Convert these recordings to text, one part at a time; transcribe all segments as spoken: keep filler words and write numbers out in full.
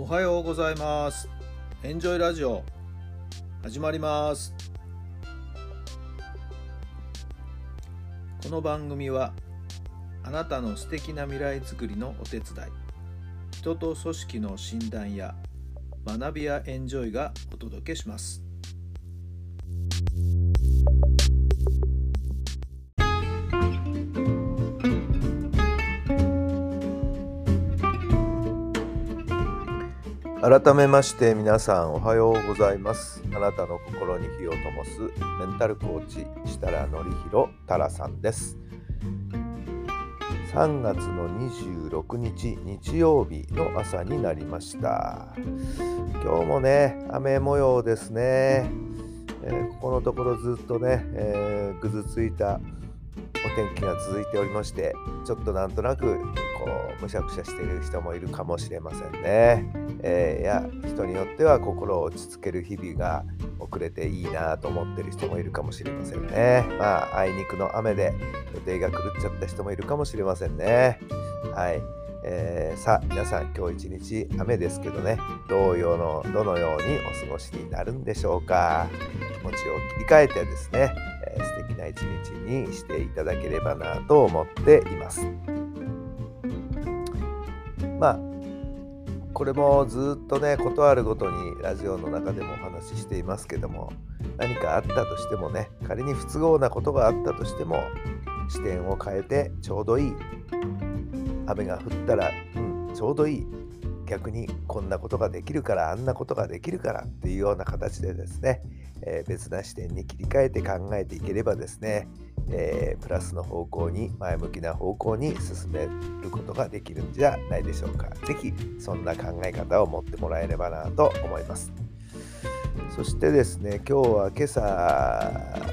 おはようございます。エンジョイラジオ始まります。この番組はあなたの素敵な未来づくりのお手伝い、人と組織の診断や学びやエンジョイがお届けします。改めまして皆さんおはようございます。あなたの心に火を灯すメンタルコーチ設楽範弘太良さんです。さんがつのにじゅうろくにち日曜日の朝になりました。今日もね雨模様ですね、えー、ここのところずっとね、えー、ぐずついたお天気が続いておりまして、ちょっとなんとなくこうむしゃくしゃしている人もいるかもしれませんね。えー、いや人によっては心を落ち着ける日々が遅れていいなと思っている人もいるかもしれませんね。まああいにくの雨で予定が狂っちゃった人もいるかもしれませんね。はい、えー、さあ皆さん今日一日雨ですけどね、どうよのどのようにお過ごしになるんでしょうか。気持ちを切り替えてですね、えー、素敵な一日にしていただければなと思っています。まあこれもずっとねことあるごとにラジオの中でもお話ししていますけども、何かあったとしてもね、仮に不都合なことがあったとしても視点を変えてちょうどいい、雨が降ったら、うん、ちょうどいい、逆にこんなことができるからあんなことができるからっていうような形でですね、えー、別な視点に切り替えて考えていければですね、えー、プラスの方向に前向きな方向に進めることができるんじゃないでしょうか。ぜひそんな考え方を持ってもらえればなと思います。そしてですね、今日は今朝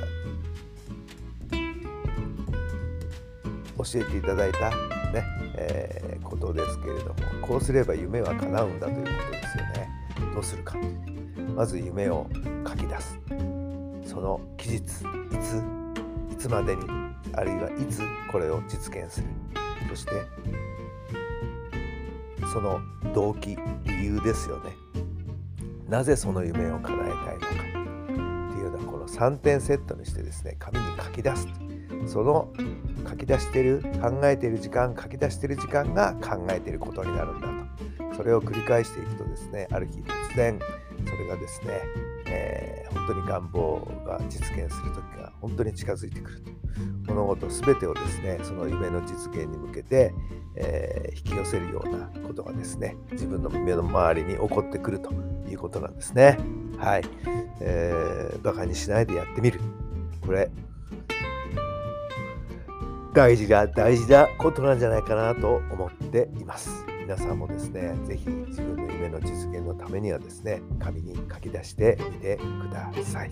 教えていただいたね、えー、ことですけれども、こうすれば夢は叶うんだということですよね。どうするか。まず夢を書き出す。その期日、いついつまでに、あるいはいつこれを実現する。そしてその動機、理由ですよね。なぜその夢を叶えたいのかっていうのはこのさんてんセットにしてですね、紙に書き出す。その書き出している、考えている時間、書き出している時間が考えていることになるんだと。それを繰り返していくとですね、ある日突然それがですね、えー、本当に願望が実現する時が本当に近づいてくると。物事すべてをですね、その夢の実現に向けて、えー、引き寄せるようなことがですね、自分の目の周りに起こってくるということなんですね。はい、えー、バカにしないでやってみる。これ大事な大事なことなんじゃないかなと思っています。皆さんもですね、ぜひ自分の夢の実現のためにはですね、紙に書き出してみてください。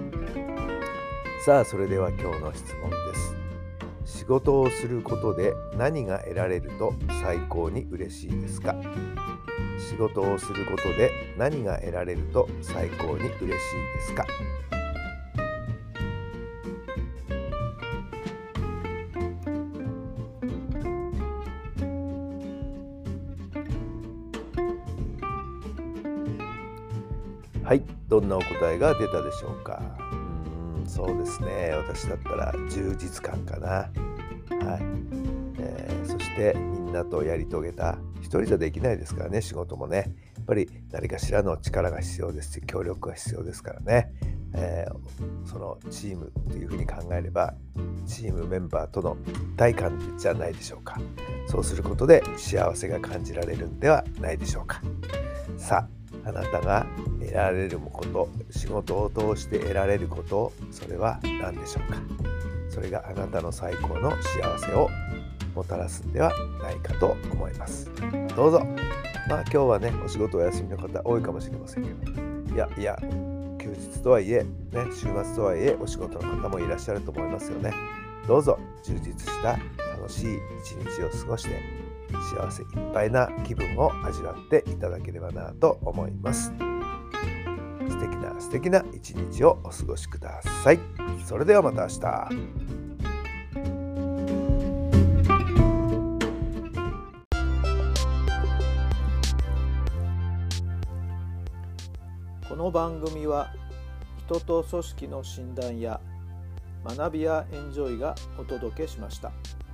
さあ、それでは今日の質問です。仕事をすることで何が得られると最高に嬉しいですか？仕事をすることで何が得られると最高に嬉しいですか？はい、どんなお答えが出たでしょうか。うーん、そうですね、私だったら充実感かな。はい、えー、そしてみんなとやり遂げた、一人じゃできないですからね、仕事もね。やっぱり誰かしらの力が必要ですし、協力が必要ですからね。えー、そのチームというふうに考えれば、チームメンバーとの一体感じゃないでしょうか。そうすることで幸せが感じられるんではないでしょうか。さあ、あなたが得られること、仕事を通して得られること、それは何でしょうか。それがあなたの最高の幸せをもたらすんではないかと思います。どうぞ。まあ今日はね、お仕事お休みの方多いかもしれませんけど、いやいや休日とはいえ、ね、週末とはいえお仕事の方もいらっしゃると思いますよね。どうぞ充実した楽しい一日を過ごして幸せいっぱいな気分を味わっていただければなと思います。素敵な素敵な一日をお過ごしください。それではまた明日。 この番組は人と組織の診断や学びやエンジョイがお届けしました。